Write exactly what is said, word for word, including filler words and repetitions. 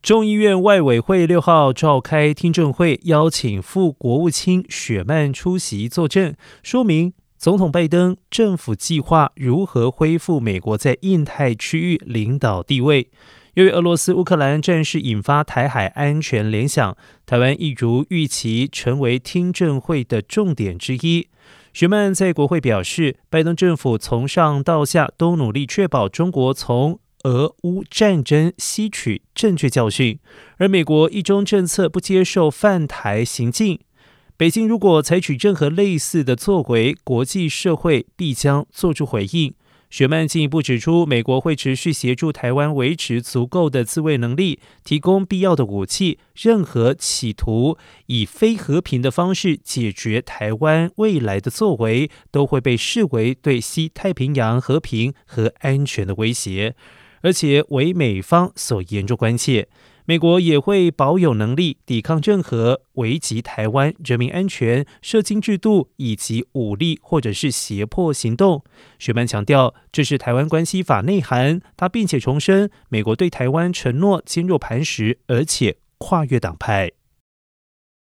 众议院外委会六号召开听证会，邀请副国务卿雪曼出席作证，说明总统拜登政府计划如何恢复美国在印太区域领导地位。由于俄罗斯乌克兰战事引发台海安全联想，台湾一如预期成为听证会的重点之一。雪曼在国会表示，拜登政府从上到下都努力确保中国从俄乌战争吸取正确教训，而美国一中政策不接受犯台行径。北京如果采取任何类似的作为，国际社会必将做出回应。雪曼进一步指出，美国会持续协助台湾维持足够的自卫能力，提供必要的武器。任何企图以非和平的方式解决台湾未来的作为，都会被视为对西太平洋和平和安全的威胁，而且为美方所严重关切。美国也会保有能力抵抗任何危及台湾人民安全、社经制度以及武力或者是胁迫行动。雪曼强调，这是台湾关系法内涵，他并且重申，美国对台湾承诺坚若磐石，而且跨越党派。